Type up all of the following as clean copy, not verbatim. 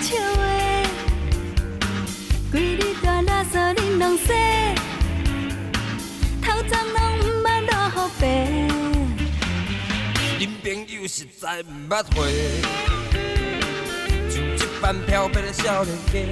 笑话，规日大垃圾恁拢洗，头鬃拢毋捌落雨白。 恁朋友实在毋捌会，像一般漂泊的少年家，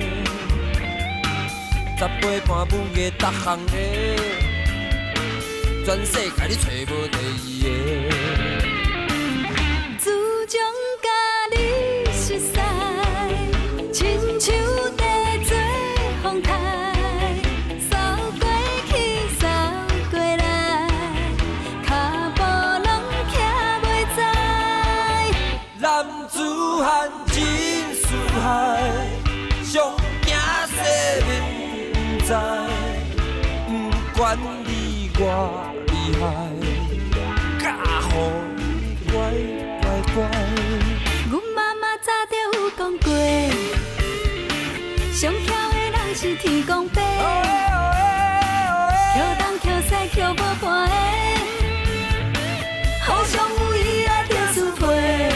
十八般武艺逐项会，全世界你找无第二个。 自从甲你熟悉，亲像在做风台，扫过去扫过来，脚步拢徛袂在。 男子汉真输海，上惊世面不知，不管你我厉害，教予你乖乖乖。 阮妈妈早就有讲过，上巧的人是天公伯，捡东捡西捡无伴的，互相有意啊着输赔。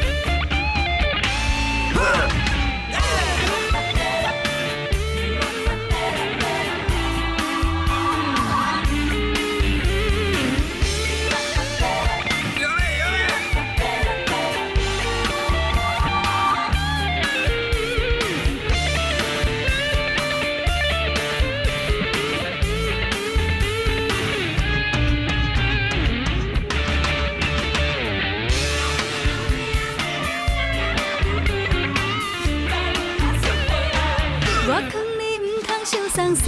送细，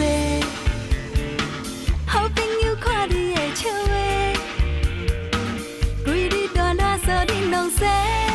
好朋友看你的笑话，规日大垃圾恁拢洗，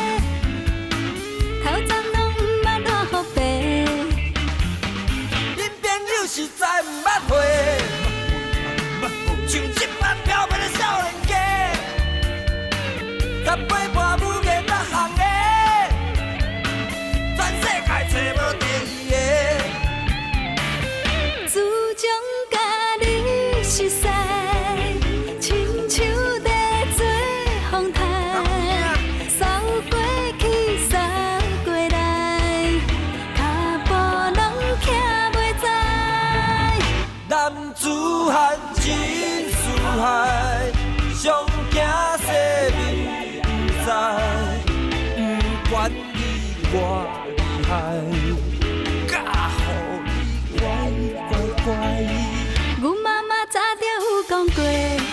头鬃拢毋捌落雨白。 恁朋友实在毋捌会，像一般漂泊的少年家，十八般武艺逐项会，全世界找无第二个。 自从甲你熟悉，亲像在做风台，扫过去扫过来，脚步拢徛袂在。 男子汉真输海，上惊世面不知，不管你我厉害，教予你乖乖乖。 阮妈妈早就有讲过，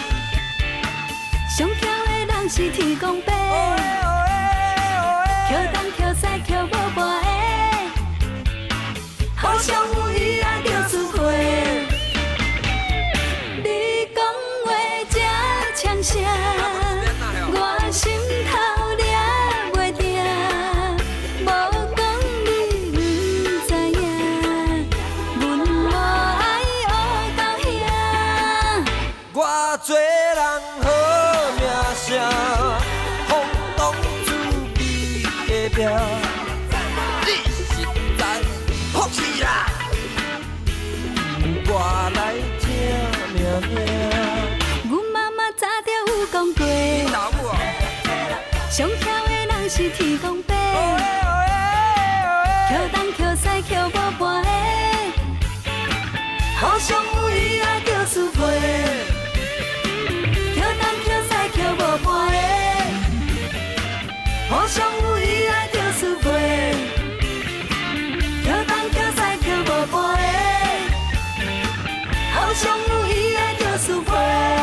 上巧的人是天公伯，捡东捡西捡无伴的，互相有意啊着输赔。你讲话这呛声，我心头抓袂定，无讲你毋知影，阮无爱学到遐。 我做人好名声，风挡主义的命，你实在服气啦！我来听命命。 阮妈妈早就有讲过， 老母哦， 上巧的人是天公伯，捡东捡西捡无伴的，互相有意啊着输赔。捡东捡西捡无伴的，互相有意啊着输赔。捡东捡西捡无伴的，互相有意啊着输赔。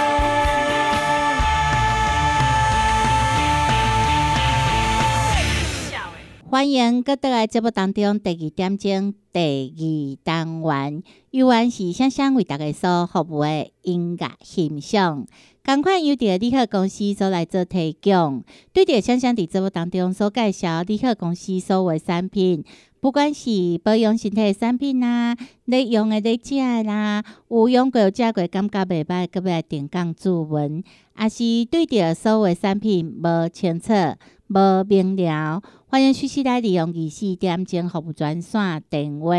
欢迎搁倒来节目当中第二点钟第二单元，由原是双双为大家所服务的音乐欣赏，同款由着利好公司所来做提供。对着双双伫节目当中所介绍利好公司所有的产品，不管是保养身体的产品啦，你用的你食的啦，有用过有食过感觉袂歹，搁要来定岗注文，也是对着所有的产品无清楚、无明了。欢迎随时来利用24点钟服务专线电话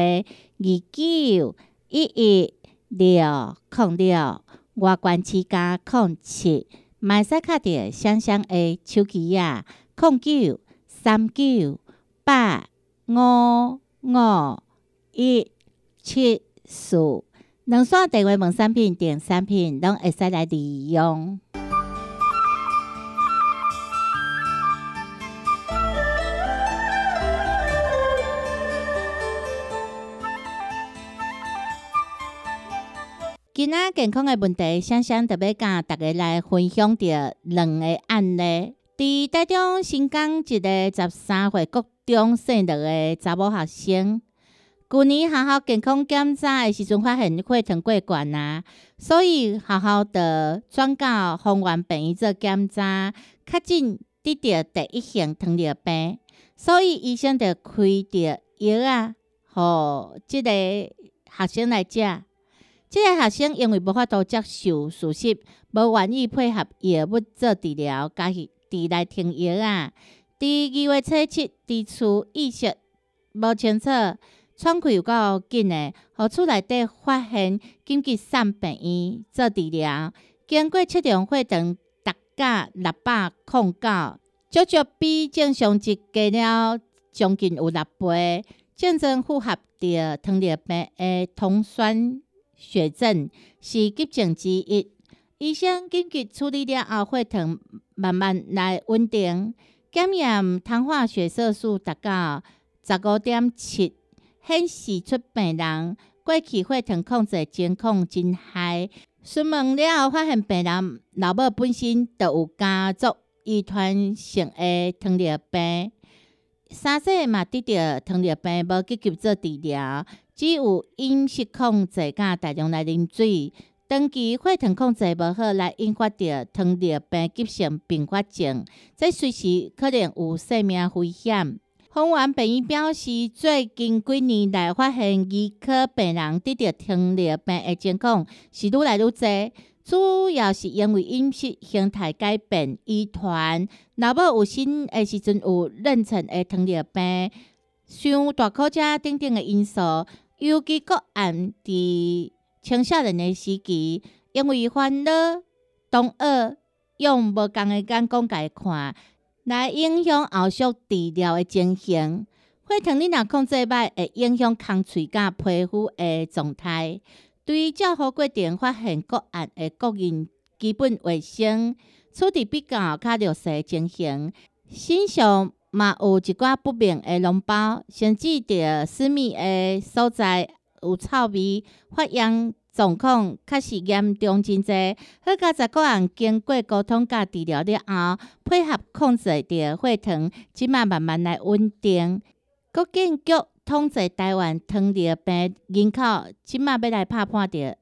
29116606，外关市加07，嘛会使敲着双双的手机啊，09398555 0517两线电话问产品、订产品，拢会使来利用。今仔健康的问题，想特别甲大家来分享到2个案例。伫台中新港一个13岁国中生2个查某学生，去年学校健康检查的时阵发现血糖过悬啊，所以学校就转到丰原病院做检查，确诊得到第1型糖尿病，所以医生就开着药啊，互即个学生来食。即个学生因为无法度接受事实，无愿意配合药物做治疗，家己伫来停药啊。伫2月初7，伫厝意识无清楚，喘气又够紧的，互厝内底发现紧急送病院做治疗。经过测量血糖达到609，足足比正常值加了将近有6倍，正正符合着糖尿病的酮酸血症是急症之一。医生紧急处理了后，血糖慢慢来稳定。检验糖化血色素达到 15.7， 显示出病人过去血糖控制情况真歹。询问了后，发现病人老母本身就有家族遗传性的糖尿病，三世嘛得到糖尿病，无积极做治疗。只有饮食控制甲大量来啉水，长期血糖控制无好，来引发着糖尿病急性并发症，这随时可能有生命危险。丰原病院表示，最近几年来发现儿科病人得到糖尿病的情况是愈来愈侪，主要是因为饮食形态改变、遗传、老母有生的时阵有妊娠的糖尿病、伤大口车等等的因素。尤其个案伫青少年的时期，因为烦恼、同学用无共的眼光来看，来影响后续治疗的情形。血糖你若控制歹，会影响空喙甲皮肤的状态。对照护过程发现个案的个人基本卫生、处理比较较弱势的情形，身上嘛有一寡不明的脓包，甚至着私密的所在有臭味，发炎状况确实严重真侪。好佳在个人经过沟通甲治疗了后，配合控制着血糖，即马慢慢来稳定。国建局统计台湾糖尿病人口，即马要来拍判着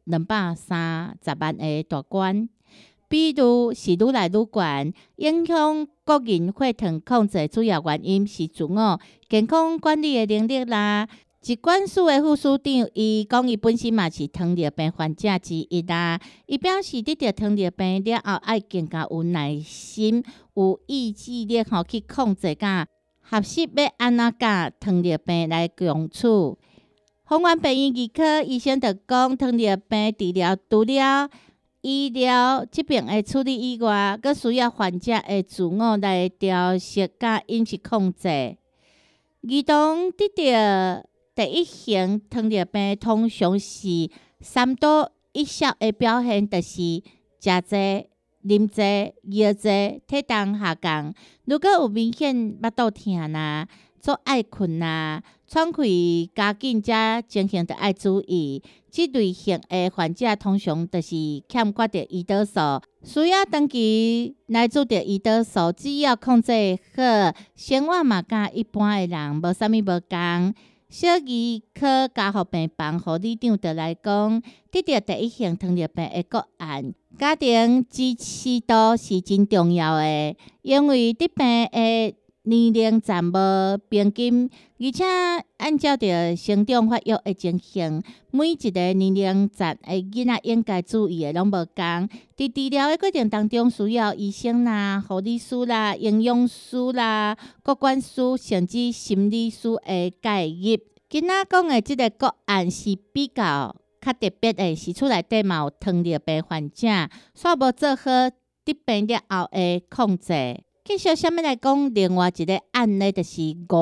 230万个大关。比如是愈来愈悬，影响个人血糖控制主要原因是自我健康管理的能力啦。疾管署的副署长伊讲，伊本身嘛是糖尿病患者之一啦。伊表示，得到糖尿病了后，爱更加有耐心、有意志力去控制甲合适要安怎甲糖尿病来共处。丰原病院儿科医生就讲，糖尿病治疗除了医疗疾病的处理以外，佫需要患者的自我来调息甲饮食控制。儿童得到第1型糖尿病通常是3度以上的表现，就是食侪、啉侪、摇侪、体重下降。如果有明显腹肚痛啦、做爱困啦、喘气加紧，这情形就要注意。这类型的患者通常就是欠缺着胰岛素，需要长期来做着胰岛素。只要控制好，生活嘛甲一般的人无啥物无共。小儿科加护病房护理长就来讲，得到第1型糖尿病的个案，家庭支持度是真重要的，因为得病的年龄暂无平均，而且按照着生长发育的情形，每一个年龄层的囡仔应该注意的拢无共。伫治疗的过程当中，需要医生啦、护理师啦、营养师啦、各管师甚至心理师的介入。今仔讲的这个个案是比较特别的，是厝内底嘛有糖尿病患者，煞无做好得病了后的控制。 继续下面来讲另外一个案例，就是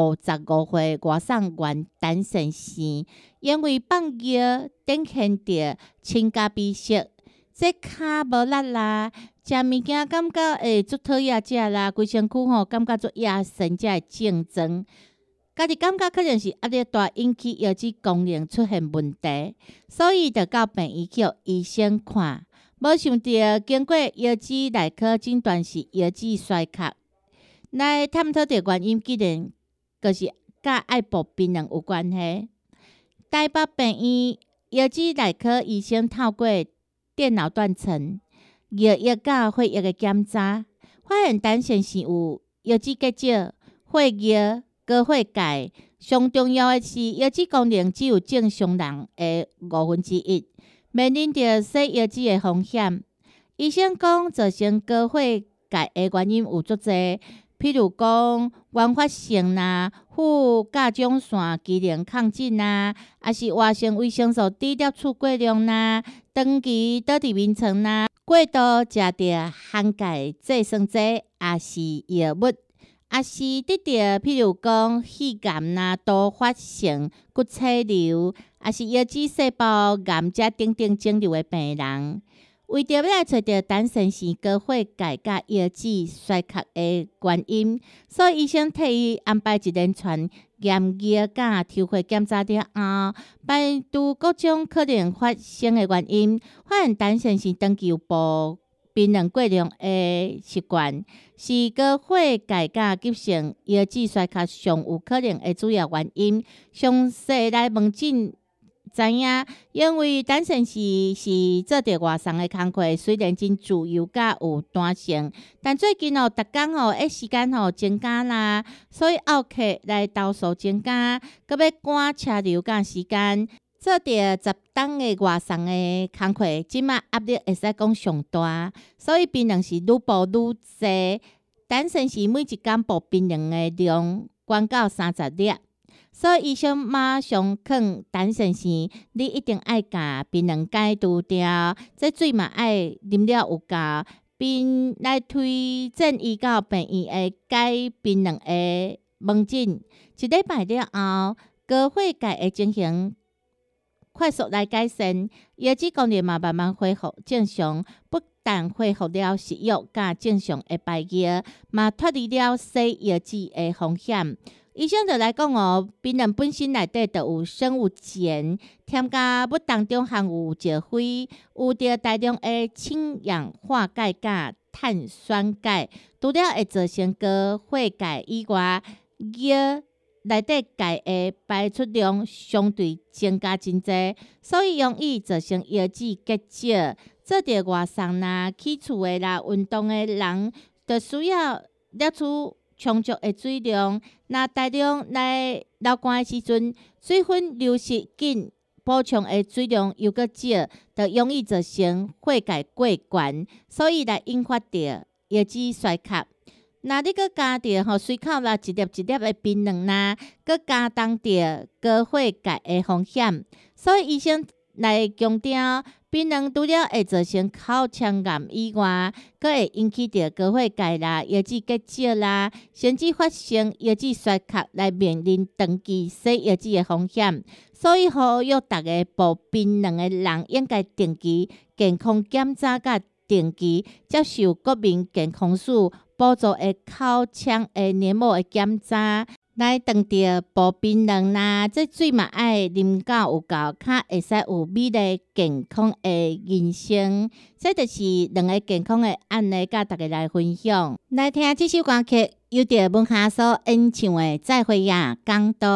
55岁外送员陈先生，因为放药展现着亲家美食，这骹无力啦，食物件感觉会足讨厌食啦，规身躯感觉足野生，才会症状。家己感觉可能是压力大，引起腰子功能出现问题，所以就到病院去医生看。无想到经过腰子内科诊断是腰子衰竭，来探讨的原因，竟然就是甲爱步槟榔有关系。台北病院腰子内科医生透过电脑断层、药液甲血液的检查，发现陈先生有腰子结石、血液、高血钙。上重要的是，腰子功能只有正常人的1/5。面临着洗腰子的风险，医生讲造成高血钙的原因有足侪，譬如讲原发性啦、副甲状腺机能亢进啦，还是活性维生素 D 摄取过量啦、长期倒伫眠床啦、过度食着含钙制酸剂，也是药物，也是得着譬如讲肺癌啦、多发性骨髓瘤。也是腰子细胞癌这等等肿瘤的病人，为着要来找到陈先生高血钙甲腰子衰竭的原因，所以医生替伊安排一连串验液甲抽血检查了后，排除各种可能发生的原因，发现陈先生长期有步槟榔过量的习惯，是高血钙甲急性腰子衰竭上有可能的主要原因。详细来问诊。知影，因为陈先生是做着外送的工课，虽然真自由甲有弹性，但最近逐工时间增加啦，所以奥客来投诉增加，搁要赶车流甲时间，做着10档的外送的工课，即马压力会使讲上大，所以槟榔是愈步愈济。陈先生每一工步槟榔的量悬到30粒。所以医生马上劝陈先生，你一定爱甲槟榔戒除掉，这水嘛爱啉了有够，并来推荐伊到病院的戒槟榔的门诊。一礼拜了后，高血钙的情形快速来改善，腰子功能嘛慢慢恢复正常，不但恢复了食欲甲正常的排液，嘛脱离了洗腰子的风险。医生就来讲槟榔本身内底就有生物碱，添加物当中含有石灰，有着大量的氢氧化钙甲碳酸钙，除了会造成高血钙以外，腰内底钙的排出量相对增加真侪，所以容易造成腰子结石。做着外送啦、起厝的啦、运动的人，就需要摄取充足的水量，若大量来流汗的时阵，水分流失紧，补充的水量又搁少，就容易造成血钙过悬，所以来引发着腰子衰竭。若你搁加着随口啦一粒一粒的槟榔啦，搁加重着高血钙的风险，所以医生来强调，槟榔除了会造成口腔癌以外，阁会引起着高血钙啦、腰子结石啦，甚至发生腰子衰竭，来面临长期洗腰子的风险。所以呼吁大家步槟榔的人，应该定期健康检查，甲定期接受国民健康署补助的口腔的黏膜的检查。来当着步槟榔啦，这水嘛爱啉到有够，较会使有美丽健康的人生。这就是两个健康的案例，甲大家来分享。来听这首歌曲，由着文夏所演唱的《再会呀，港都》。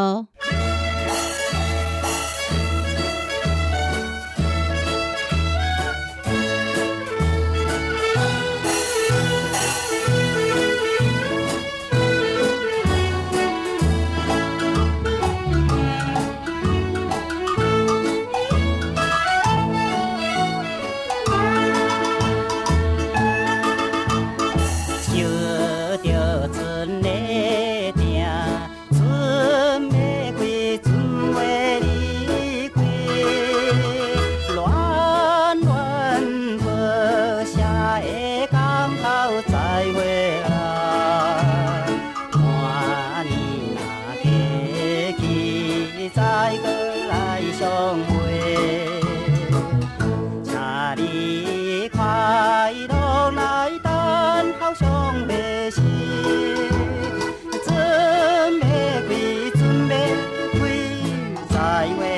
着船的定，船要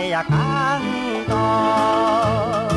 位啊感动。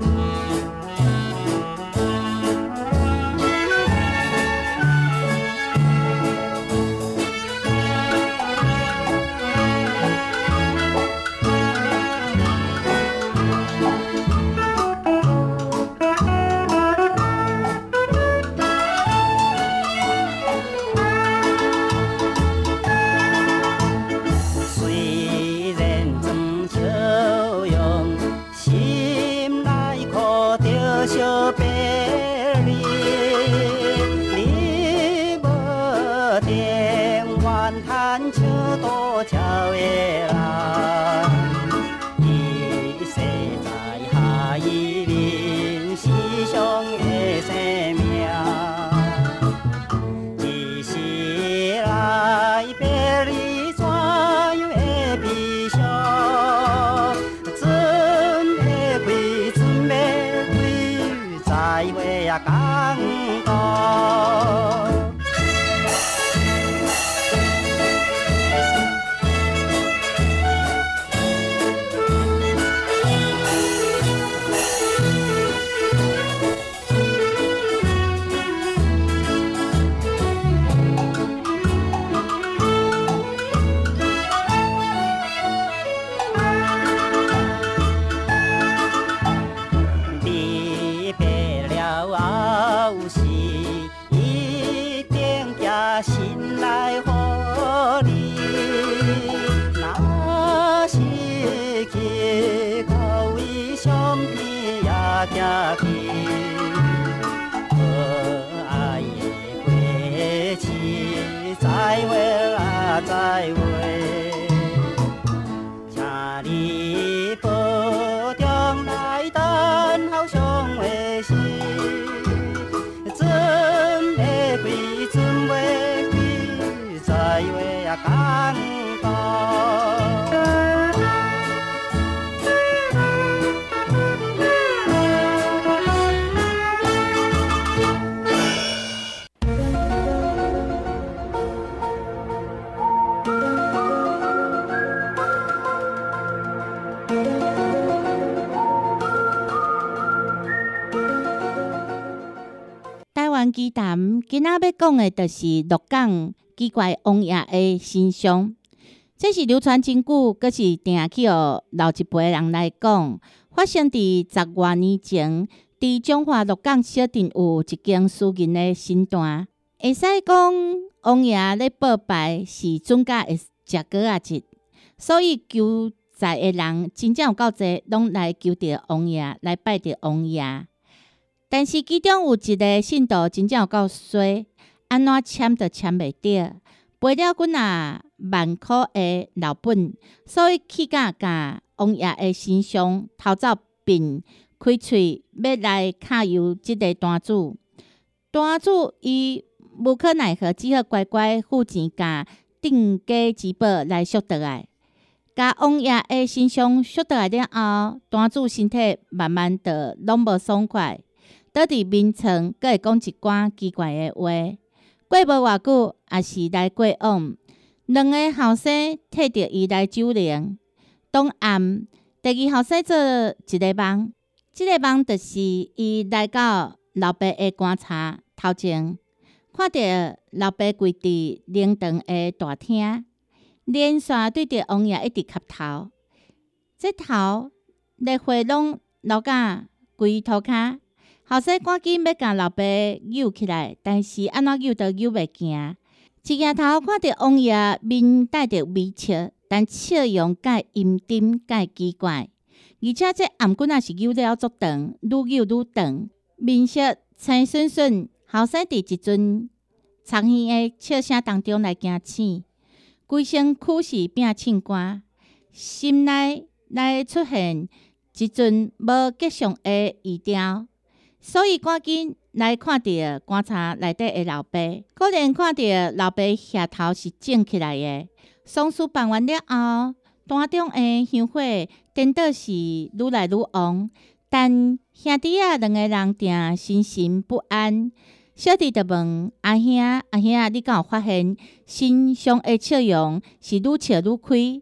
奇谈今仔要讲的，就是鹿港奇怪王爷的神像。这是流传真久，阁是定去互老一辈人来讲。发生伫10多年前，伫中华鹿港小镇有一间私人的神坛，会使讲王爷咧报拜是准假会食果仔节，所以求财的人真正有够侪，拢来求着王爷，来拜着王爷。但是其中有一个信徒真正有够衰，安怎签都签袂着，赔了几啊万块的老本，所以去甲王爷的神像偷走并开喙要来敲油即个单主。单主伊无可奈何，只好乖乖付钱甲定价之宝来赎倒来。甲王爷的神像赎倒来了后，单主身体慢慢的拢无爽快。倒伫眠床，阁会讲一寡奇怪的话。过无偌久，也是来过往，两个后生替着伊来守灵。当暗，第二后生做一个梦，即个梦就是伊来到老爸的棺材头前，看到老爸跪伫灵堂的大厅，连续对着王爷一直磕头，这头热血拢流甲规涂骹。后生赶紧要甲老爸扭起来，但是安怎扭都扭袂行。一抬头看到王爷面带着微笑，但笑容介阴沉介奇怪，而且这颔棍也是扭了足长，愈扭愈长，面色青顺顺。后生伫一阵长耳的笑声当中来惊醒，规身躯是变唱歌，心内来出现一阵无吉祥的预兆。所以赶紧来看到棺材内底的老爸，果然看到老爸额头是肿起来的。丧事办完了后，坛中的香火颠倒是愈来愈旺，但兄弟两个人定心神不安。小弟就问阿兄，阿兄，你敢有发现神像的笑容是愈笑愈开？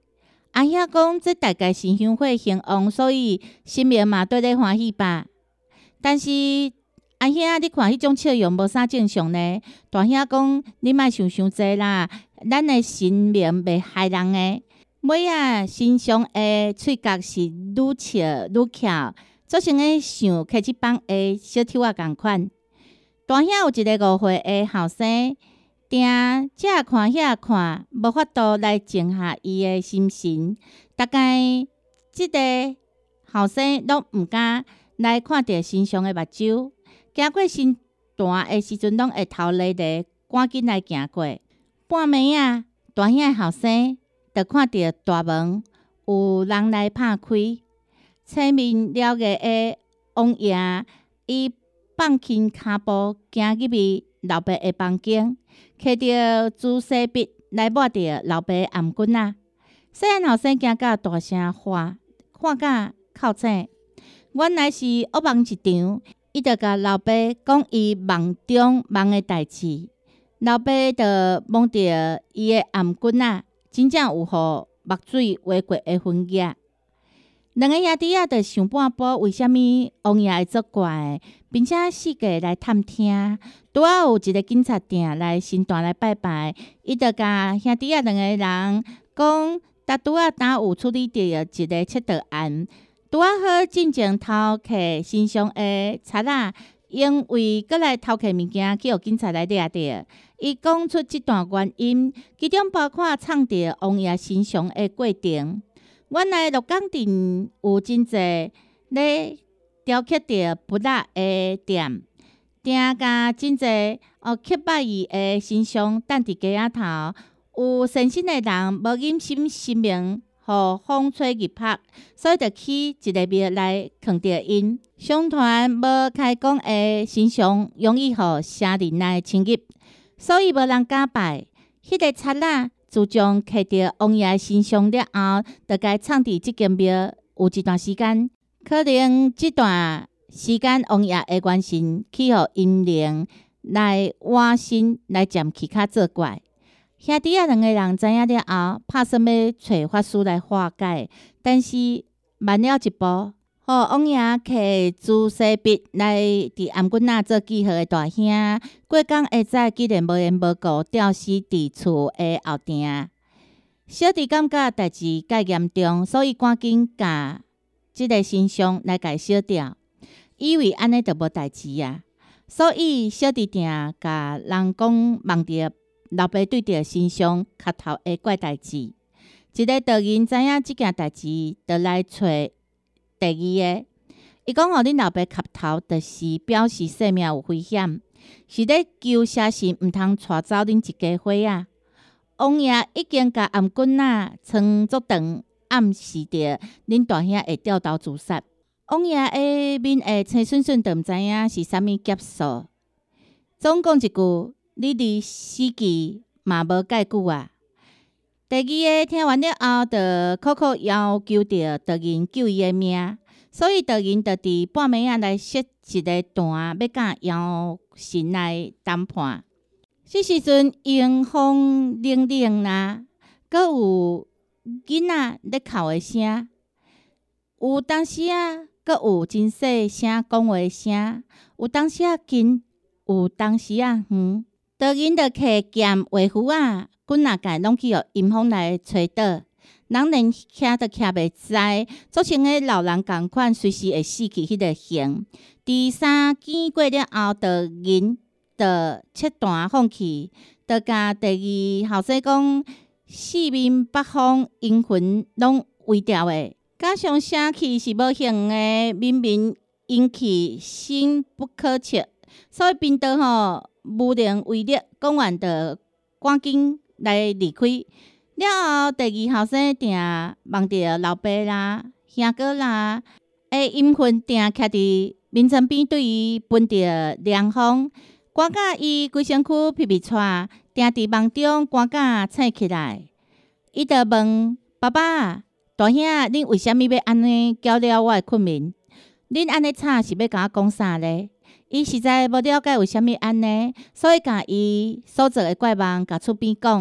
阿兄讲这大概是香火兴旺，所以心命嘛对咧欢喜吧。但是阿兄，你看迄种笑容无啥正常呢？大兄讲，你莫想伤济啦，咱的心命袂害人诶。尾啊，身上的喙角是愈笑愈翘，做成个像开一帮的小丑仔共款。大兄有一个5岁的后生，定这看遐看，无法度来静下伊的心神。大概即个后生拢毋敢来看着身上的目睭，行过身段的时阵，拢会头咧咧，赶紧来行过。半暝啊，大兄的后生就看到大门有人来拍开，侧面了个的王爷伊放轻骹步行入去老爸的房间，摕着朱砂笔来抹着老爸的颔棍仔。细汉后生惊到大声喊，看甲哭醒。原来是恶梦一场，伊就甲老爸讲伊梦中梦的代志。老爸就望着伊的颔棍仔，真正有互目水划过的痕迹。两个兄弟仔就想半晡，为虾米王爷会作怪，并且四界来探听。拄仔有一个警察店来神坛来拜拜，伊就甲兄弟仔两个人讲，拄仔有处理着一个窃盗案，拄仔好进前偷摕身上的贼仔，因为过来偷摕物件，去互警察来掠着。伊讲出这段原因，其中包括藏着王爷身上的过程。原来鹿港镇有真侪咧雕刻着不辣的店，定甲真侪刻摆伊的身上等伫街仔头。有善心的人无忍心生命，互风吹日晒，所以就起一个庙来藏着因。相传无开讲的身上容易互邪灵来侵入，所以无人敢拜。迄个贼仔自从摕着王爷身上了后，就该藏伫即间庙有一段时间。可能即段时间王爷的元神去互阴灵来换身来占其他作怪。兄弟仔两个人知影了后，拍算要找法师来化解，但是慢了一步，互王爷摕朱砂笔来伫颔棍仔做记号的大兄，过工下早竟然无缘无故吊死伫厝的后庭。小弟感觉代志介严重，所以赶紧甲即个身上来甲烧掉，以为安尼就无代志啊。所以小弟定甲人讲梦着老爸对着身上磕头的怪代志。一个道人知影即件代志，就来找第二个。伊讲互恁老爸磕头，就是表示性命有危险，是咧求邪神毋通带走恁一家伙仔。王爷已经甲颔棍仔藏足长，暗示着恁大兄会掉头自杀。王爷的面会青顺顺，就毋知影是啥物劫数。总讲一句，你离死期嘛无介久啊。第二个听完了后，就苦苦要求着道人救伊的命，所以道人就伫半暝仔来设一个坛，要甲妖神来谈判。这时阵阴风冷冷啦，阁有囡仔咧哭的声，有当时啊，阁有真细声讲话的声，有当时啊近，有当时啊远。道人就摕剑画符啊，棍仔界拢去互阴风来吹倒，人连徛都徛袂知，做成个老人共款，随时会死去迄个形。第三见过了后，道人就切断放弃，就甲第二后生讲，四面八方阴魂拢围掉的，加上声气是无形的，明明阴气深不可测，所以贫道吼无能为力，讲完就赶紧来离开。了后，第二后生定望着老爸啦、兄哥啦，阴魂定徛伫眠床边，对伊喷着凉风。赶甲伊规身躯皮皮喘，定伫梦中赶甲醒起来。伊就问爸爸：大兄，恁为虾米要安尼搅了我的困眠？恁安尼吵是要甲我讲啥咧？伊实在无了解为虾米安尼，所以甲伊所做的怪梦甲厝边讲。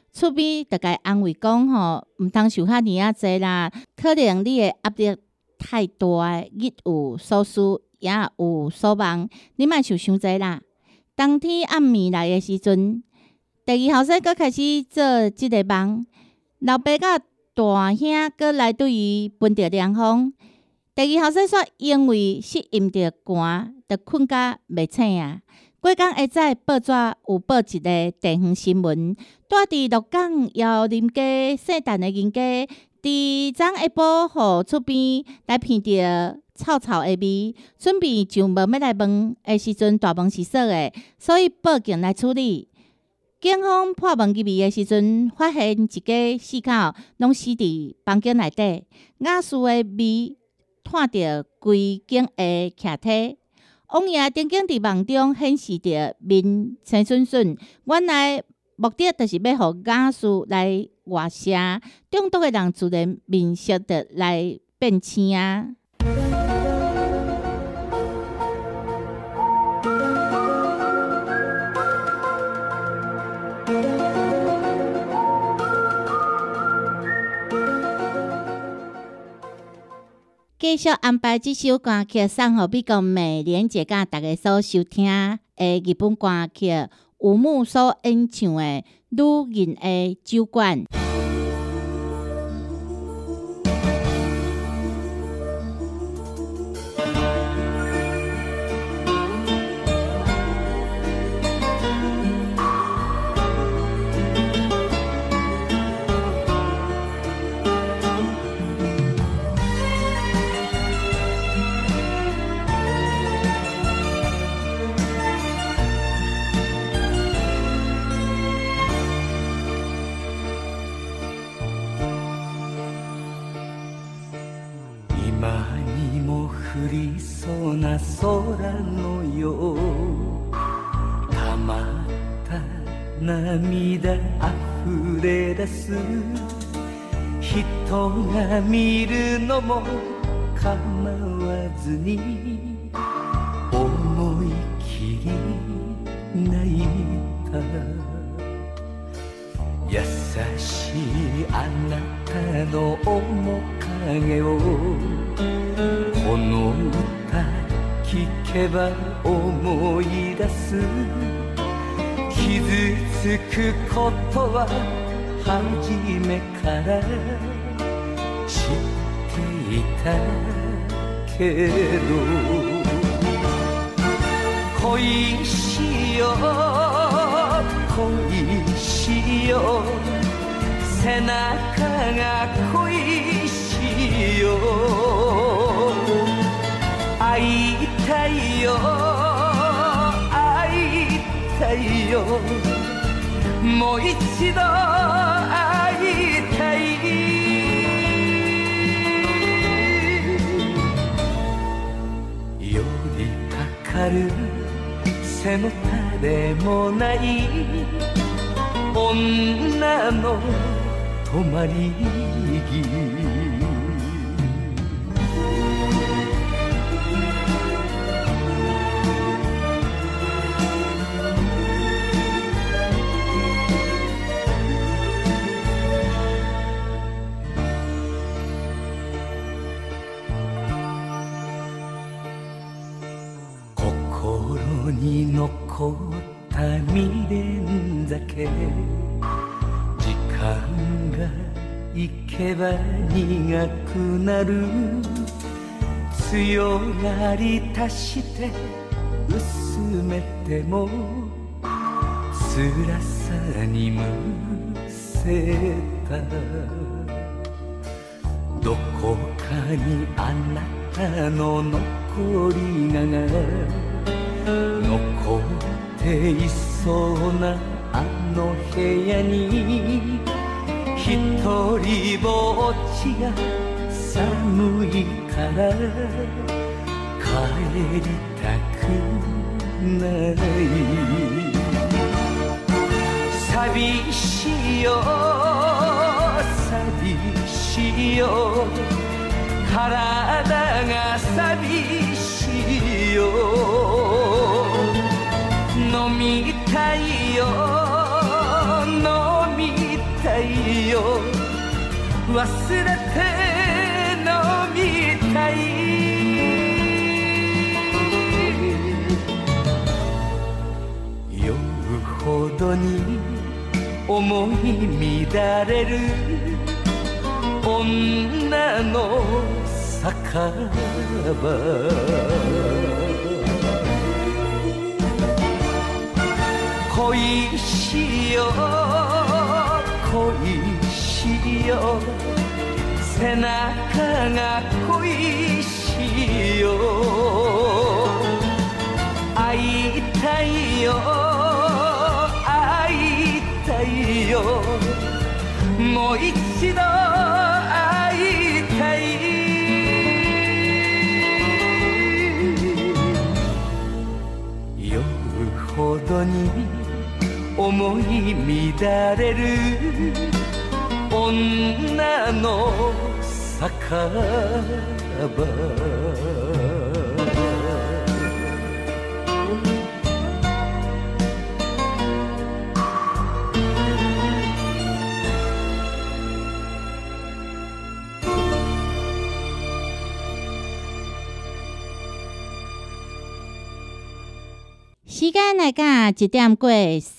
厝边就甲伊安慰讲吼，毋通想遐尔济啦，可能你的压力太大，日有所思，也有所梦，你莫想伤济啦。当天暗暝来的时阵，第二后生佫开始做即个梦，老爸甲大兄佫来对伊分着凉风。第二后生煞因为失眠着寒，着困甲袂醒啊。过工下早报纸有报一个地方新闻，住伫鹿港姚林街姓陈的人家，伫昨下晡互厝边来闻着臭臭的味，准备上门要来问的时阵，大门是锁的，所以报警来处理。警方破门入去的时阵，发现一家四口拢死伫房间内底，瓦斯的味探着规间的徛体。王爷曾经伫梦中显示着面青顺顺，原来目的就是要互雅士来外射，中毒的人自然面色着来变青啊。继续安排这首歌曲送予美国美莲姐甲大家所收听的日本歌曲，有木所演唱的《女人的酒馆》。 空のようたまった涙あふれ出す人が見るのも構わずに思い切り泣いた優しいあなたの面影をこの歌聞けば思い出す傷つくことは初めから知っていたけど恋しよう恋しよう背中が恋しよう会いたいよ会いたいよもう一度会いたい寄りかかる背もたれもない女の止まり木に残った未練酒時間がいけば苦くなる強がり足して薄めても辛さにむせたどこかにあなたの残りが残っていそうなあの部屋に一人ぼっちが寒いから帰りたくない寂しいよ寂しいよ体が寂しいよ飲みたいよ飲み忘れて飲みたい酔うほどに思い乱れる女の酒場恋しよう恋しよう背中が恋しよう会いたいよ会いたいよもう一度会いたい酔うほどに思い乱れる女の酒場时间来到1点过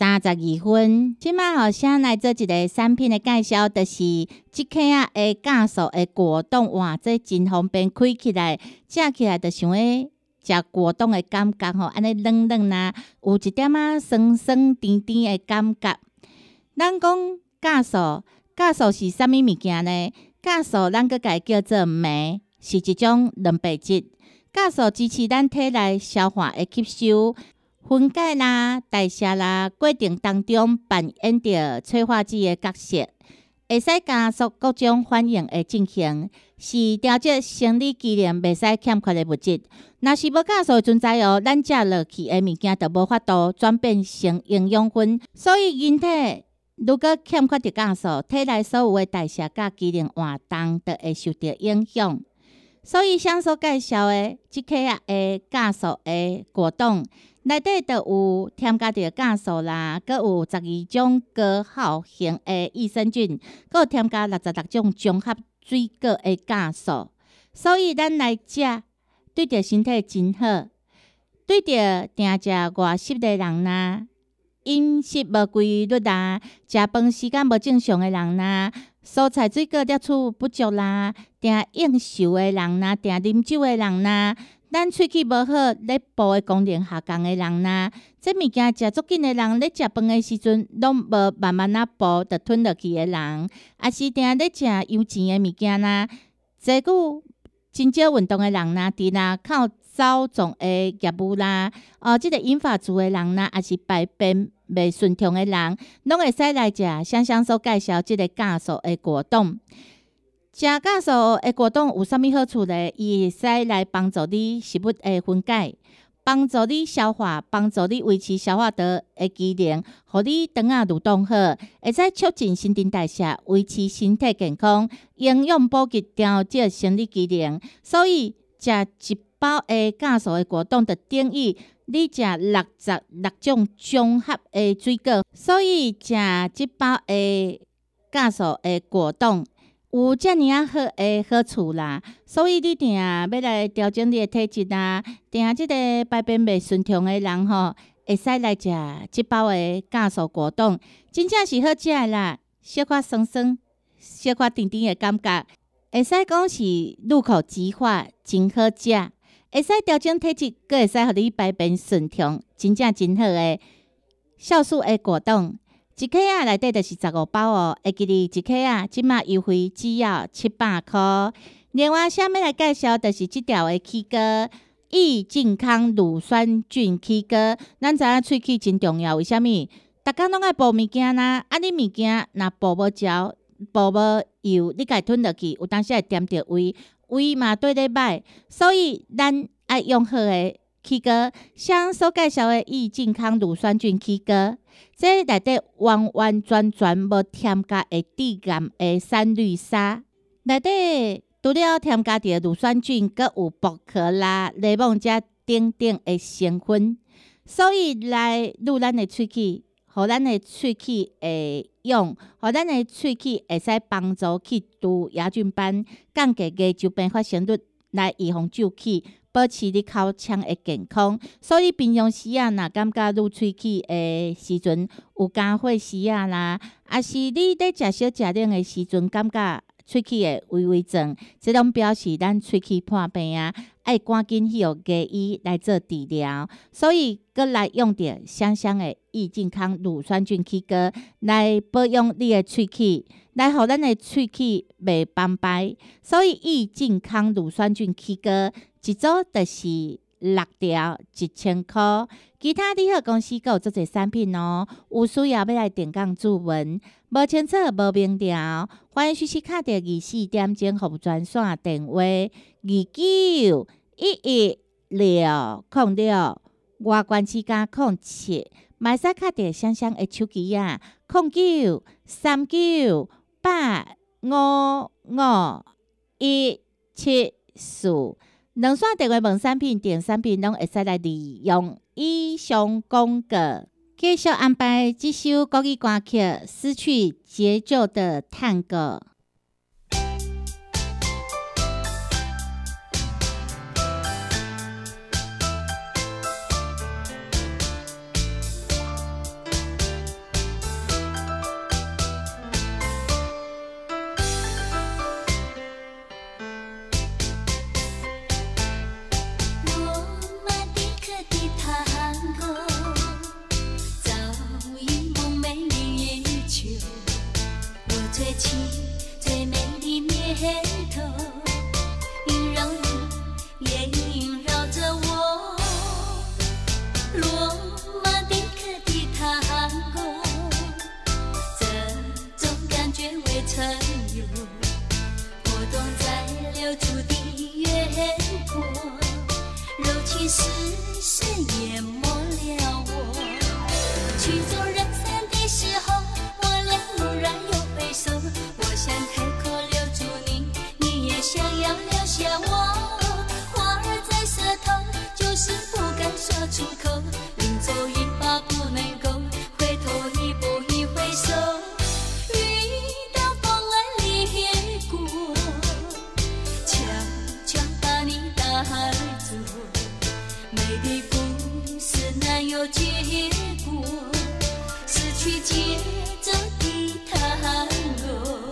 32分，即摆好先来做一个产品的介绍，就是即刻的酵素的果冻，哇，这真方便，开起来食起来就想要食果冻的感觉吼，安尼软软啦，有一点酸酸甜甜的感觉。咱讲酵素，酵素是啥物物件呢？酵素咱佫家叫做酶，是一种蛋白质。酵素支持咱体内消化的吸收。分解啦、代谢啦，过程当中扮演着催化剂的角色，会使加速各种反应的进行，是调节生理机能袂使欠缺的物质。若是无酵素存在哦，咱食落去的物件就无法度转变成营养分，所以人体如果欠缺着酵素，体内所有的代谢甲机能活动都会受到影响。所以，上所介绍的即颗的酵素的果冻。内底就有添加着酵素啦，佮有12种高效型的益生菌，佮有添加66种综合水果的酵素，所以咱来食对着身体真好。对着定食外食的人啦，饮食无规律啦，食饭时间无正常的人啦，蔬菜水果摄取不足啦，定应酬的人啦，定啉酒的人啦。咱喙齿无好、咧部的功能下降的人啦，这物件食足紧的人，咧食饭的时阵，拢无慢慢步就吞落去的人，也是定咧食油钱的物件啦，坐久真少运动的人啦，伫啦靠早重的业务啦，即个银发族的人啦，也是排便袂顺畅的人，拢会使来食香香所介绍即个酵素的果冻。食酵素的果冻有啥物好处呢？伊会使来帮助你食物的分解，帮助你消化，帮助你维持消化道的机能，互你肠仔蠕动好，会使促进新陈代谢，维持身体健康，营养补给，调节生理机能。所以食一包的酵素的果冻，就等于你食66种综合的水果。所以食一包的酵素的果冻。有遮尔好的好处啦，所以你定要来调整你的体质啦，定即个排便袂顺畅的人吼，会使来食即包的酵素果冻，真正是好食的啦，小可酸酸、小可甜甜的感觉，会使讲是入口即化，真好食，会使调整体质，阁会使互你排便顺畅，真正真好的酵素的果冻。一克啊，内底就是15包哦，会记哩一克啊，即马优惠只要700块。另外，下面来介绍就是即条的起膏，益健康乳酸菌起膏。咱知影喙齿真重要，为虾米？逐工拢爱补物件啦，你物件若补无嚼、补无油，你家吞落去，有当时会掂着胃，胃嘛对咧歹，所以咱爱用好的起膏，像所介绍的益健康乳酸菌起膏。这内底完完全全无添加的致癌的山绿沙，内底除了添加着乳酸菌，佮有薄荷啦、柠檬这等等的成分，所以来愈咱的喙齿互咱的喙齿会用，互咱的喙齿会使帮助去除牙菌斑，降低牙周病发生率，来预防蛀齿，保持你口腔的健康。所以平常时啊，若感觉愈喙齿的时阵有干火时啊啦，啊是你咧食小食冷的时阵，感觉喙齿会微微胀，这种表示咱喙齿破病啊，爱赶紧去互牙医来做治疗。所以，搁来用着香香的益健康乳酸菌齿膏来保养你的喙齿，来互咱的喙齿袂斑白。所以，益健康乳酸菌齿膏一组就是6条，1000块。其他利好公司还有足侪产品哦，有需要要来电讲注文，无清楚无明条，欢迎随时敲着24点钟服务专线电话29110606，外关之家07，嘛会使敲着香香的手机啊0939855514。两线电话问产品、电产品拢会使来利用以上广告。继续安排这首国语歌曲《失去节奏的探戈》。 最美的念头，萦绕你，也萦绕着我。罗马蒂克的探戈，这种感觉未曾有，波动在流出的月光，柔情丝丝淹没了我。曲终人散的时候，我俩蓦然又回首，我想开口留住你，你也想要留下我。话儿在舌头，就是不敢说出口，临走一把不能够回头一步一回首，雨的风儿掠过，悄悄把你带走。美的故事难有结果，失去节奏的探戈。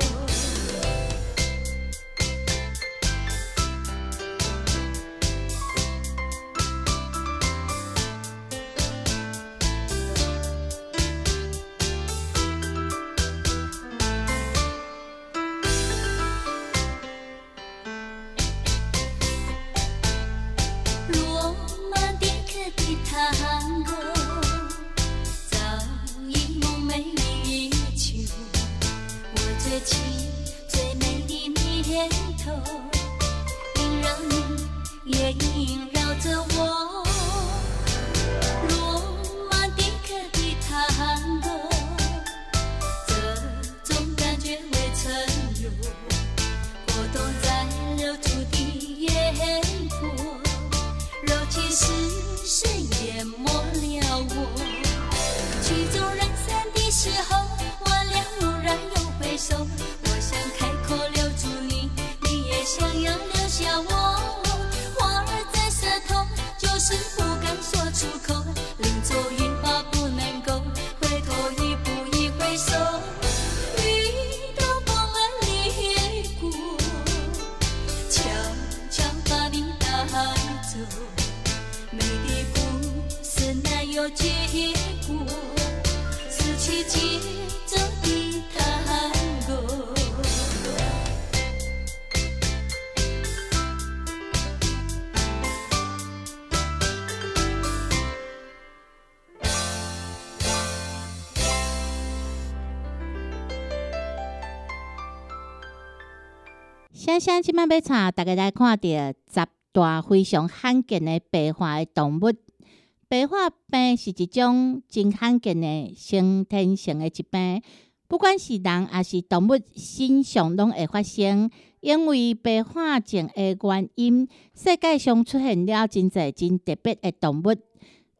罗马蒂克的探戈，早已梦寐以求，我最情最美的念头，萦绕你，也萦绕着我。罗马蒂克的探戈，这种感觉未曾有，波动在流出的月光，柔情丝丝淹没了我。曲终人散的时候，我俩蓦然又回首，我想开口留住你，你也想要留下我。话儿在舌头，就是不敢说出口，临走一把不能够回头一步一回首，雨的风儿掠过，悄悄把你带走。美的故事难有结果，失去节奏的探戈。 香香即摆要带大家来看到10大非常罕见的白化的动物。白化病是一种真罕见的先天性的疾病，不管是人还是动物身上拢会发生。因为白化症的原因，世界上出现了真侪真特别的动物，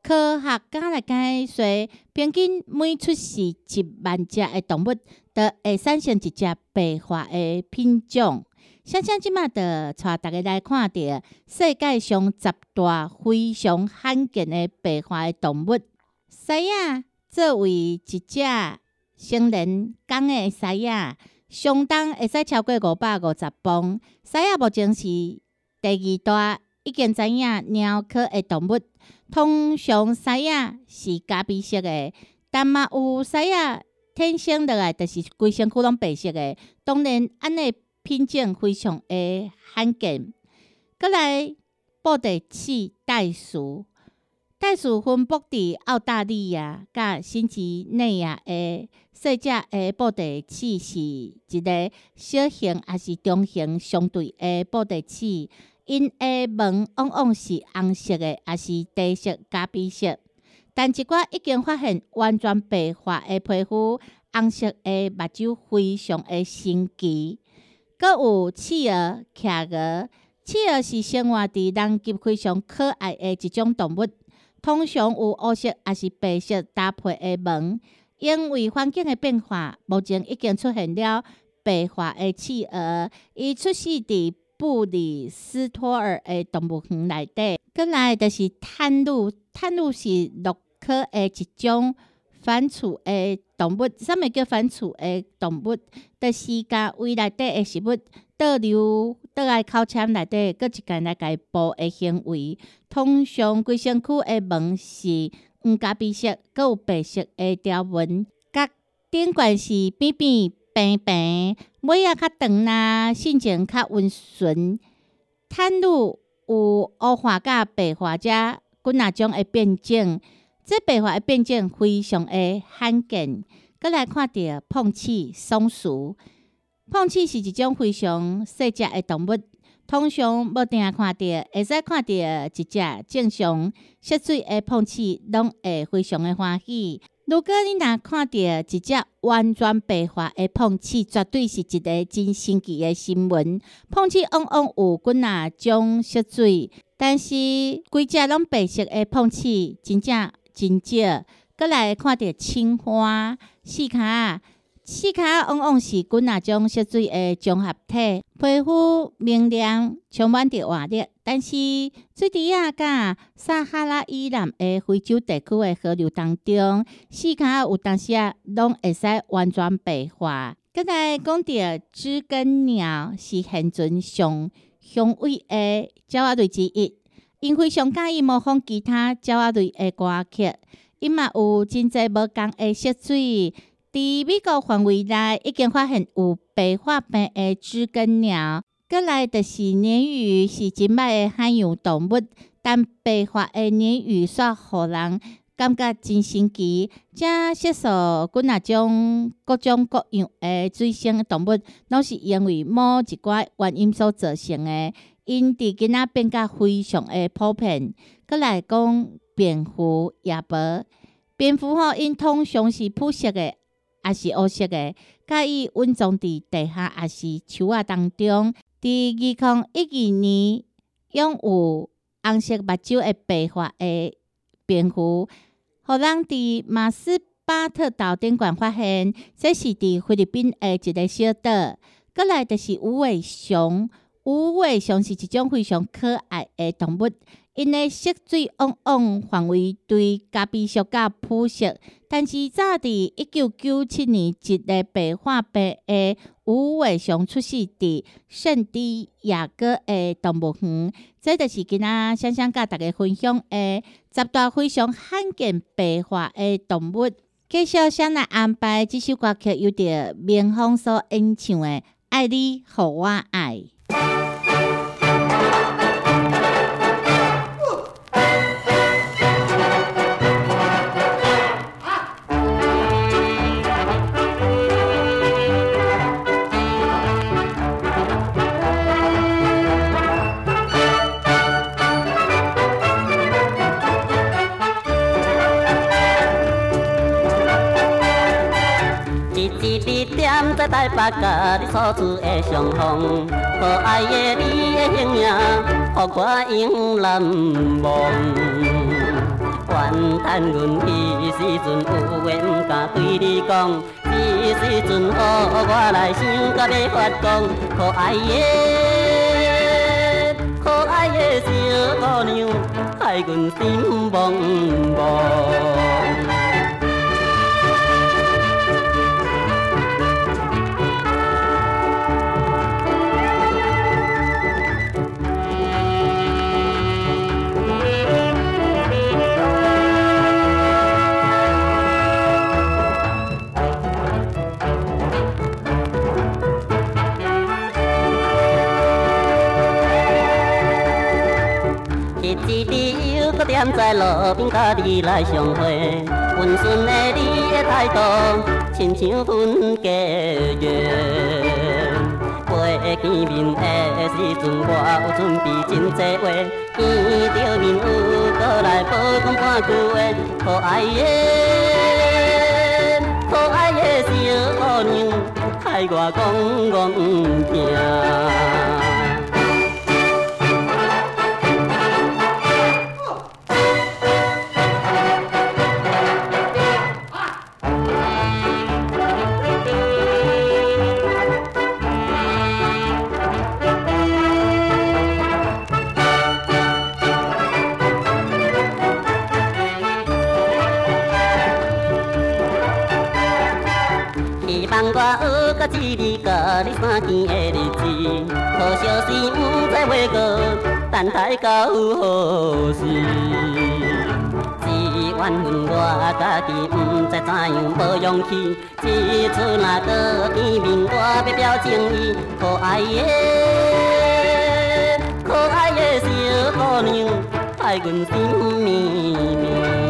科学家来解说，平均每出世10000只的动物，就会产生一只白化的品种。想即马就带大家来看到世界上10大非常罕见的白化的动物。狮子作为一只成年公的狮子，相当会使超过550磅。狮子目前是第2大已经知影鸟科的动物。通常狮子是咖啡色的，但嘛有狮子天生落来就是规身躯拢白色的。当然，安尼品种非常的罕见。再来，布袋鼠袋鼠，袋鼠分布伫澳大利亚甲新几内亚的细只的布袋鼠，是一个小型也是中型相对的布袋鼠。因的毛往往是红色的，也是茶色、咖啡色。但一寡已经发现完全白化的皮肤、红色的目睭非常的神奇。阁有企鹅、徛鹅。企鹅是生活伫南极非常可爱的一种动物，通常有黑色也是白色搭配的毛。因为环境的变化，目前已经出现了白化的企鹅。伊出世伫布里斯托尔的动物园内底。再来就是坦鹿，坦鹿是鹿科的一种反刍的动物。啥物叫反刍的动物？就是甲胃内底的食物倒流倒来口腔内底，搁一间来家捕的行为。通常规身躯的毛是黄咖啡色，搁有白色的条纹，甲顶冠是扁扁平平，尾仔较长啦，性情较温顺。坦鹿有乌化甲白化这几种的变种，这白化的变种非常的罕见。再来看到碰翅松鼠，碰翅是一种非常细只的动物，通常无定看到，会使看到一只正常涉水的碰翅，拢会非常的欢喜。如果你若看到一只完全白化的碰翅，绝对是一个真神奇的新闻。碰翅往往有几种色水，但是规只拢白色的碰翅真正真少。再来看到青蛙、四脚，四脚往往是几种色水的综合体，皮肤明亮，充满着活力。但是水池仔甲撒哈拉以南的非洲地区的河流当中，四脚有当时拢会使完全白化。再来讲到知更鸟，是现存上雄伟的鸟仔类之一，因非常喜意模仿其他鸟仔类的歌曲。因嘛有真侪无共的色水。伫美国范围内已经发现有白化病的知更鸟。再来就是鲶鱼，是真歹的海洋动物，但白化的鲶鱼煞互人感觉真神奇。这色素各种各样的水生动物，拢是因为某一寡原因所造成的。因伫今仔变甲非常的普遍。再来讲蝙蝠、夜婆，蝙蝠因通常是肤色的，也是黑色的，甲伊温藏伫地下也是树仔当中。伫2012年，拥有红色目睭的白化的蝙蝠，互人伫马斯巴特岛顶悬发现，这是伫菲律宾的一个小岛。再来就是无尾熊，无尾熊是一种非常可爱的动物。因的色水往往范围对咖啡色甲肤色，但是早伫1997年，一个白化病的无尾熊出世伫圣地亚哥的动物园。这就是今仔想甲大家分享的10大非常罕见白化的动物。继续先来安排这首歌曲，由着明芳所演唱的《爱你予我爱》。 在台北甲你所处的相逢，可爱的你的形影，予我永难忘。我怨叹阮迄时阵有话毋敢对你讲，这时阵予我来想甲要发光，可爱的小姑娘，害阮心茫茫。一日又搁踮在路边，甲你来相会，温顺的你的态度，亲像春夏月。飞见面的时阵，我有准备真多话，见着面有搁来无讲半句话，可爱的小姑娘，害我讲我毋听。我有甲一日甲你相见的日子，可惜是不知话过，等待到何时？只怨我家己不知怎样无勇气，这次若搁见面，我要表情意。可爱的小姑娘，害阮心绵绵。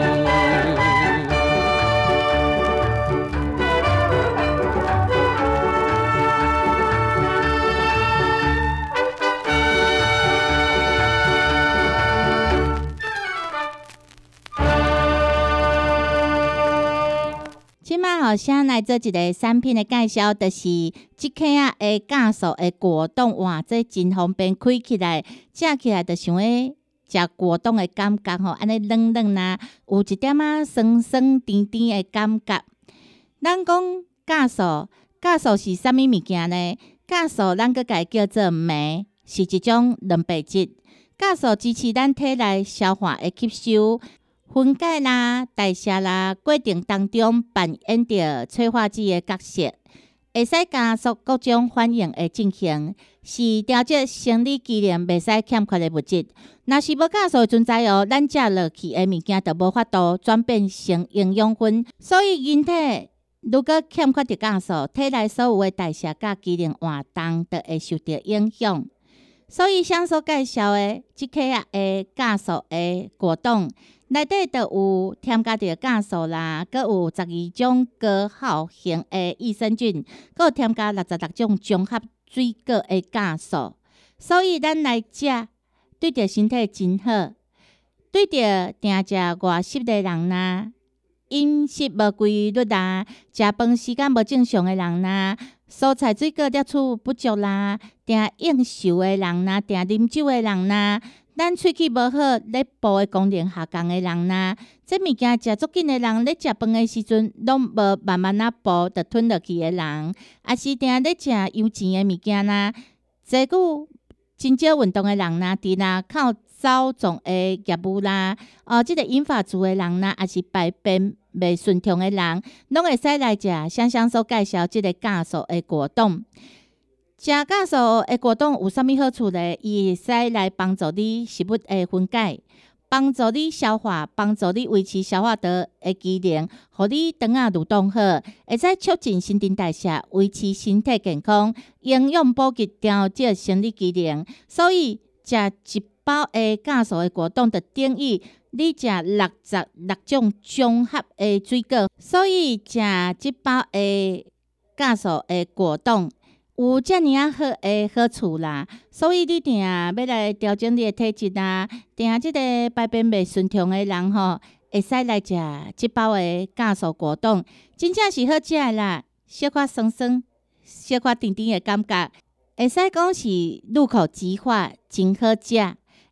即摆后先来做一个产品的介绍，就是即颗啊的酵素的果冻，哇，这真方便，开起来食起来就想要食果冻的感觉吼，安尼软软啦，有一点啊酸酸甜甜的感觉。咱讲酵素，酵素是啥物物件呢？酵素咱搁家叫做酶，是一种蛋白质。酵素支持咱体内消化的吸收。分解啦、代谢啦，过程当中扮演着催化剂的角色，会使加速各种反应的进行，是调节生理机能袂使欠缺的物质。若是无酵素存在哦，咱食落去的物件就无法度转变成营养分。所以人体如果欠缺着酵素，体内所有的代谢甲机能活动就会受到影响。所以上所介绍的即颗的酵素的果冻。内底就有添加着酵素啦，佮有12种高效型的益生菌，佮有添加66种综合水果的酵素，所以咱来食对着身体真好。对着定食外食的人啦，饮食无规律啦，食饭时间无正常的人啦，蔬菜水果摄取不足啦，定应酬的人啦，定啉酒的人啦。咱喙齿无好，咧部的功能下降的人啦，这物件食足紧的人，咧食饭的时阵，拢无慢慢部就吞落去的人，也是定咧食油钱的物件啦，坐久真少运动的人啦，伫啦靠走总的业务啦，即个引发族的人啦，也是排便袂顺畅的人，拢会使来食香香所介绍即个酵素的果冻。食酵素的果冻有啥物好处呢？伊会使来帮助你食物的分解，帮助你消化，帮助你维持消化道的机能，互你肠仔蠕动好，会使促进新陈代谢，维持身体健康，营养补给，调节生理机能。所以食一包的酵素的果冻，就等于你食66种综合的水果。所以食即包的酵素的果冻。有遮尔啊好的好处啦，所以你定要来调整你的体质啦，定即个排便袂顺畅的人吼，会使来食即包的酵素果冻，真正是好食的啦，小可酸酸、小可甜甜的感觉，会使讲是入口即化，真好食，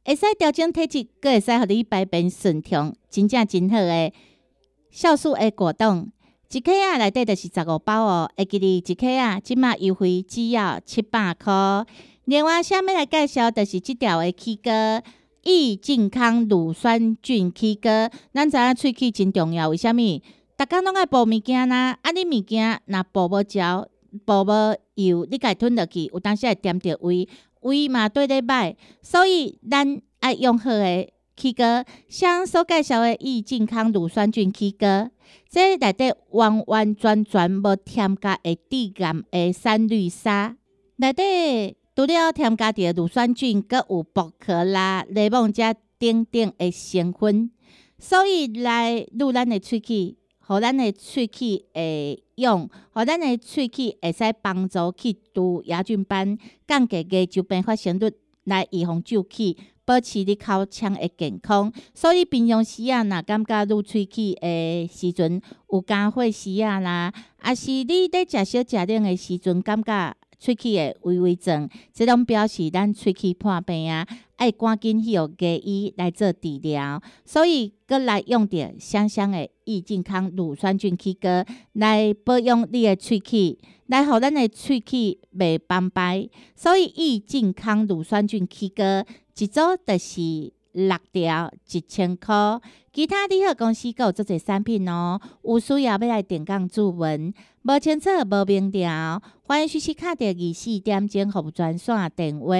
会使调整体质，阁会使互你排便顺畅，真正真好诶。酵素的果冻，一克仔内底就是15包哦。会记哩，一克仔即马优惠只要700块。另外，下面来介绍就是即条的起膏。益健康乳酸菌起膏，咱知影喙齿真重要，为虾米？逐工拢爱补物件啦，啊，你物件若补无嚼、补无油，你家吞落去，有当时会掂着胃，胃嘛对咧歹，所以咱爱用好的起膏，像所介绍的益健康乳酸菌起膏，这内底完完全全无添加会致癌的山绿沙，内底。除了添加着乳酸菌，阁有薄荷啦、柠檬加等等的成分，所以来愈咱的喙齿，互咱的喙齿会用，互咱的喙齿会使帮助去除牙菌斑，降低牙周病发生率，来预防蛀齿，保持你口腔的健康。所以平常时啊，若感觉愈喙齿的时阵有干火时啊啦，啊是你咧食小食冷的时阵，感觉。喙齿的微微肿，这种表示咱喙齿破病啊，爱赶紧去予牙医来做治疗。所以，搁来用着香香的益健康乳酸菌起膏来保养你的喙齿，来互咱的喙齿袂斑白。所以，益健康乳酸菌起膏一组就是6条，1000块。其他利好公司阁有做侪产品哦，有需要要来电讲注文，无清楚无明了，欢迎随时敲着24点钟服务专线电话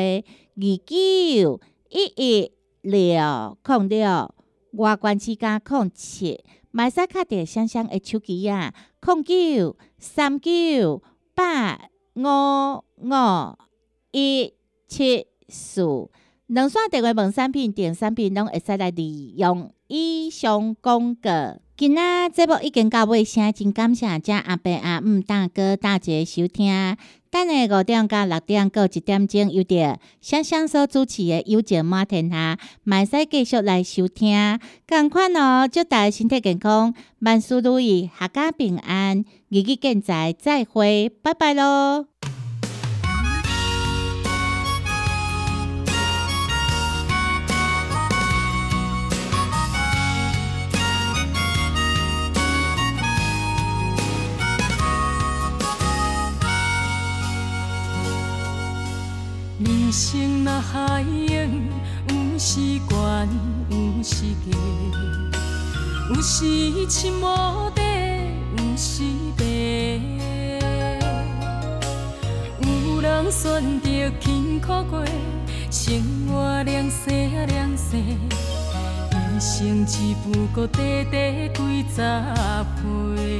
29116006，外关之家07，嘛会使敲着香香的手机啊0939855514。两线电话问产品、订产品，拢会使来利用以上广告。今仔节目已经到尾声，真感谢遮阿伯阿姆大哥大姐收听。等下5点到6点到1点钟，有着香香所主持的《有情满天下》，嘛会使继续来收听。同款哦，祝大家身体健康，万事如意，阖家平安，日日健在，再会，拜拜咯。 人生若海洋，有时悬，有时低，有时深无底，有时白。有人选择辛苦过，生活凉西凉西，一生只不过短短几十岁。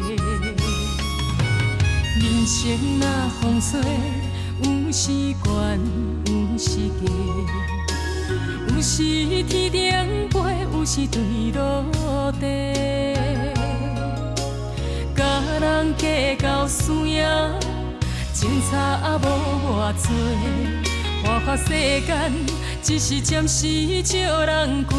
人生若风吹。有时悬，有时低，有时天顶飞，有时坠落地。甲人计较输赢，情差无偌多。花花世间，只是暂时招人过。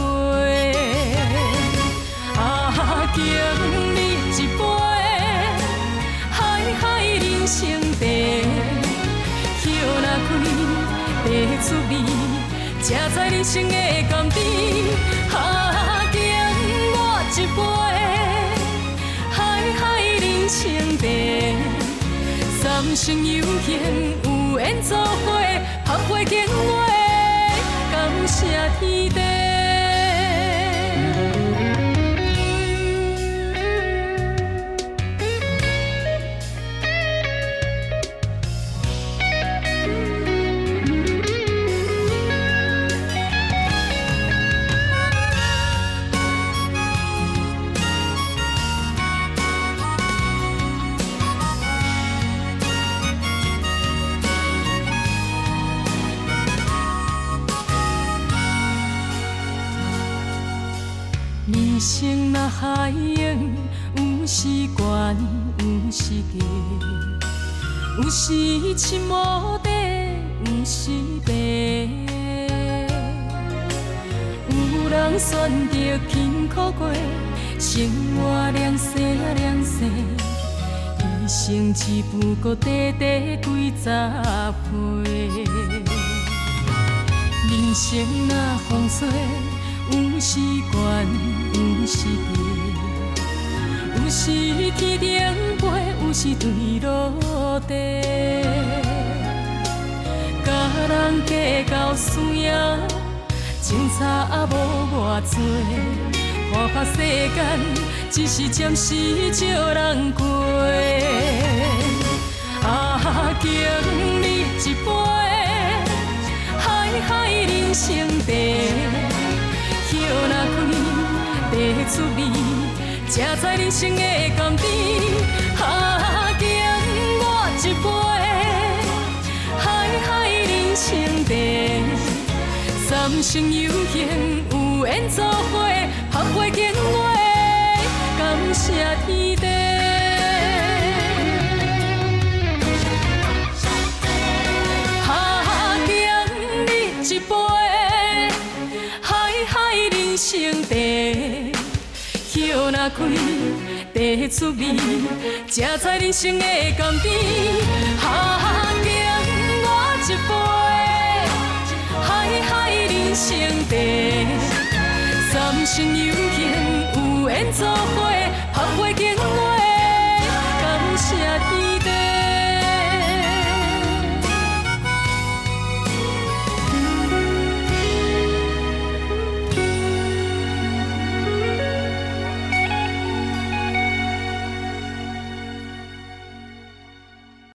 啊，敬你一杯，海海人生茶。叶若开，茶出味，吃在人生的甘甜。啊，敬我一杯，海海人生茶。三生有幸，有缘做伙，拍花经话，感谢天地。人生若海洋，有时悬，有时低，有时深无底，有时白。有人选择辛苦过，生活凉西凉西，一生只不过短短几十岁。人生若风雪，有时悬，有时低，有时天顶飞，有时坠落地。甲人计较输赢，情差无偌多，看看世间只是暂时少人过。啊，敬你一杯，海海人生茶，叶若开，茶出味，才知人生的甘甜。啊，敬我一杯，海海人生茶，三生有幸有缘做伙，合伙经话，感谢天地。一杯海海人生茶，叶若开，茶出味，才知人生的甘甜。啊，敬我一杯海海人生茶，三生有幸有缘做伙，合伙经话，感谢天。